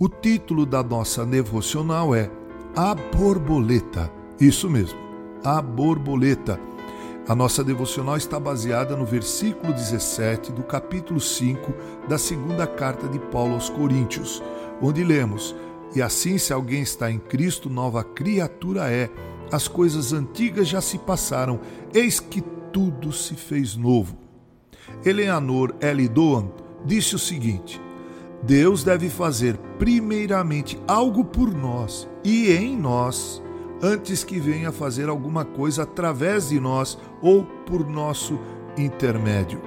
O título da nossa devocional é A Borboleta. Isso mesmo, A Borboleta. A nossa devocional está baseada no versículo 17 do capítulo 5 da segunda carta de Paulo aos Coríntios, onde lemos: E assim, se alguém está em Cristo, nova criatura é. As coisas antigas já se passaram, eis que tudo se fez novo. Eleanor L. Doan disse o seguinte: Deus deve fazer primeiramente algo por nós e em nós, antes que venha fazer alguma coisa através de nós ou por nosso intermédio.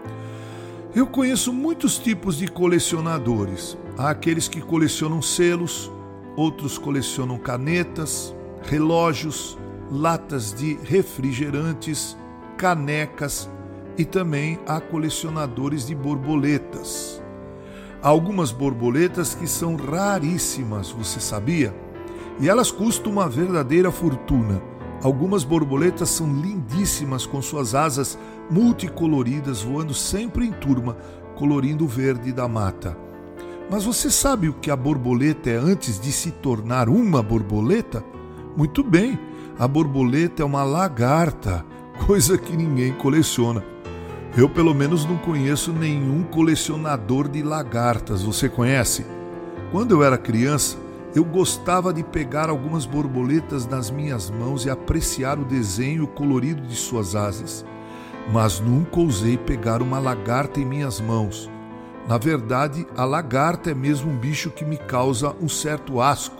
Eu conheço muitos tipos de colecionadores. Há aqueles que colecionam selos, outros colecionam canetas, relógios, latas de refrigerantes, canecas e também há colecionadores de borboletas. Há algumas borboletas que são raríssimas, você sabia? E elas custam uma verdadeira fortuna. Algumas borboletas são lindíssimas com suas asas multicoloridas voando sempre em turma, colorindo o verde da mata. Mas você sabe o que a borboleta é antes de se tornar uma borboleta? Muito bem, a borboleta é uma lagarta, coisa que ninguém coleciona. Eu, pelo menos, não conheço nenhum colecionador de lagartas. Você conhece? Quando eu era criança, eu gostava de pegar algumas borboletas nas minhas mãos e apreciar o desenho colorido de suas asas. Mas nunca ousei pegar uma lagarta em minhas mãos. Na verdade, a lagarta é mesmo um bicho que me causa um certo asco.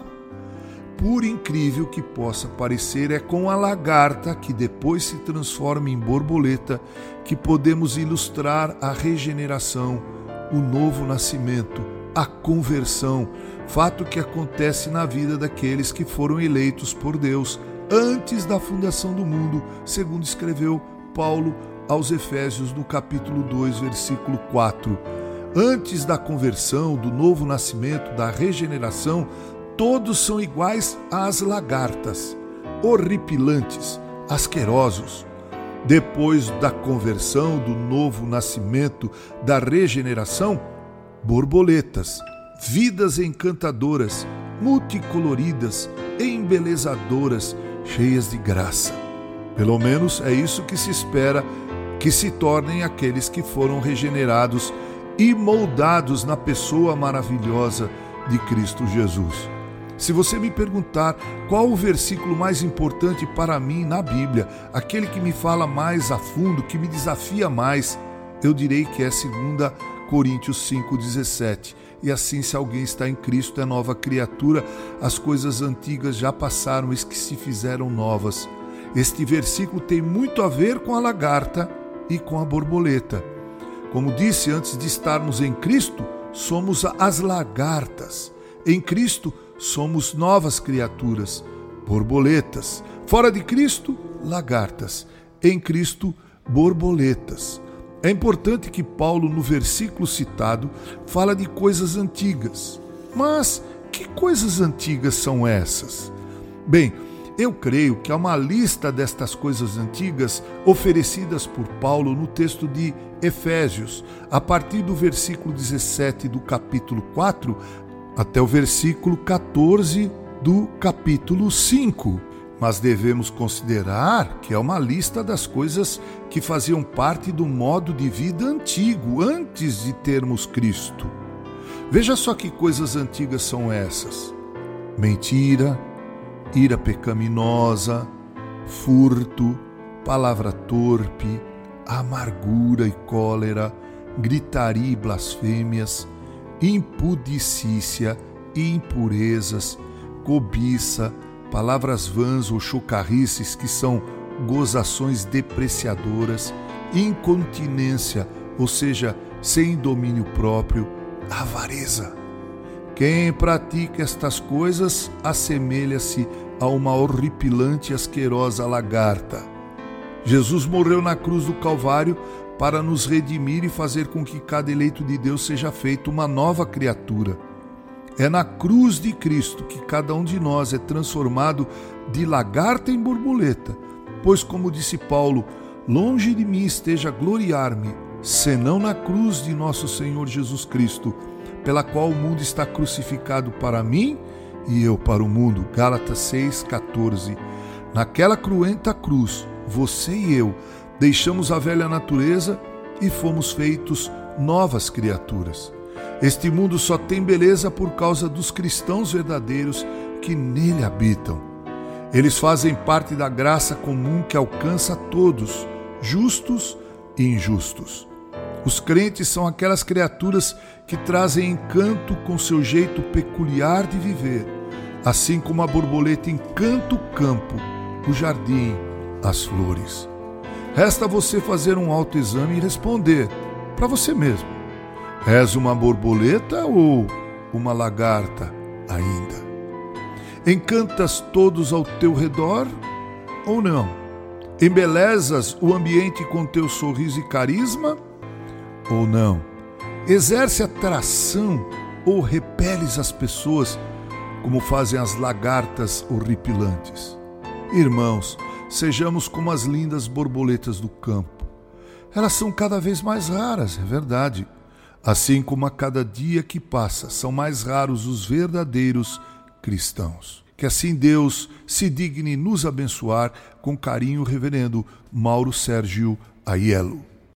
Por incrível que possa parecer, é com a lagarta, que depois se transforma em borboleta, que podemos ilustrar a regeneração, o novo nascimento, a conversão, fato que acontece na vida daqueles que foram eleitos por Deus antes da fundação do mundo, segundo escreveu Paulo aos Efésios no capítulo 2, versículo 4. Antes da conversão, do novo nascimento, da regeneração, todos são iguais às lagartas, horripilantes, asquerosos. Depois da conversão, do novo nascimento, da regeneração, borboletas, vidas encantadoras, multicoloridas, embelezadoras, cheias de graça. Pelo menos é isso que se espera que se tornem aqueles que foram regenerados e moldados na pessoa maravilhosa de Cristo Jesus. Se você me perguntar qual o versículo mais importante para mim na Bíblia, aquele que me fala mais a fundo, que me desafia mais, eu direi que é 2 Coríntios 5,17. E assim, se alguém está em Cristo, é nova criatura, as coisas antigas já passaram, eis que se fizeram novas. Este versículo tem muito a ver com a lagarta e com a borboleta. Como disse, antes de estarmos em Cristo, somos as lagartas. Em Cristo, somos novas criaturas, borboletas. Fora de Cristo, lagartas. Em Cristo, borboletas. É importante que Paulo, no versículo citado, fala de coisas antigas. Mas que coisas antigas são essas? Bem, eu creio que há uma lista destas coisas antigas oferecidas por Paulo no texto de Efésios, a partir do versículo 17 do capítulo 4 até o versículo 14 do capítulo 5. Mas devemos considerar que é uma lista das coisas que faziam parte do modo de vida antigo, antes de termos Cristo. Veja só que coisas antigas são essas: mentira, ira pecaminosa, furto, palavra torpe, amargura e cólera, gritaria e blasfêmias, impudicícia e impurezas, cobiça, palavras vãs ou chocarrices, que são gozações depreciadoras, incontinência, ou seja, sem domínio próprio, avareza. Quem pratica estas coisas assemelha-se a uma horripilante e asquerosa lagarta. Jesus morreu na cruz do Calvário para nos redimir e fazer com que cada eleito de Deus seja feito uma nova criatura. É na cruz de Cristo que cada um de nós é transformado de lagarta em borboleta, pois, como disse Paulo, longe de mim esteja gloriar-me, senão na cruz de nosso Senhor Jesus Cristo, pela qual o mundo está crucificado para mim e eu para o mundo. Gálatas 6,14. Naquela cruenta cruz, você e eu deixamos a velha natureza e fomos feitos novas criaturas. Este mundo só tem beleza por causa dos cristãos verdadeiros que nele habitam. Eles fazem parte da graça comum que alcança todos, justos e injustos. Os crentes são aquelas criaturas que trazem encanto com seu jeito peculiar de viver, assim como a borboleta encanta o campo, o jardim, as flores. Resta você fazer um autoexame e responder para você mesmo: és uma borboleta ou uma lagarta ainda? Encantas todos ao teu redor ou não? Embelezas o ambiente com teu sorriso e carisma ou não? Exerce atração ou repeles as pessoas como fazem as lagartas horripilantes? Irmãos, sejamos como as lindas borboletas do campo. Elas são cada vez mais raras, é verdade. Assim como a cada dia que passa são mais raros os verdadeiros cristãos. Que assim Deus se digne nos abençoar. Com carinho, reverendo Mauro Sérgio Aiello.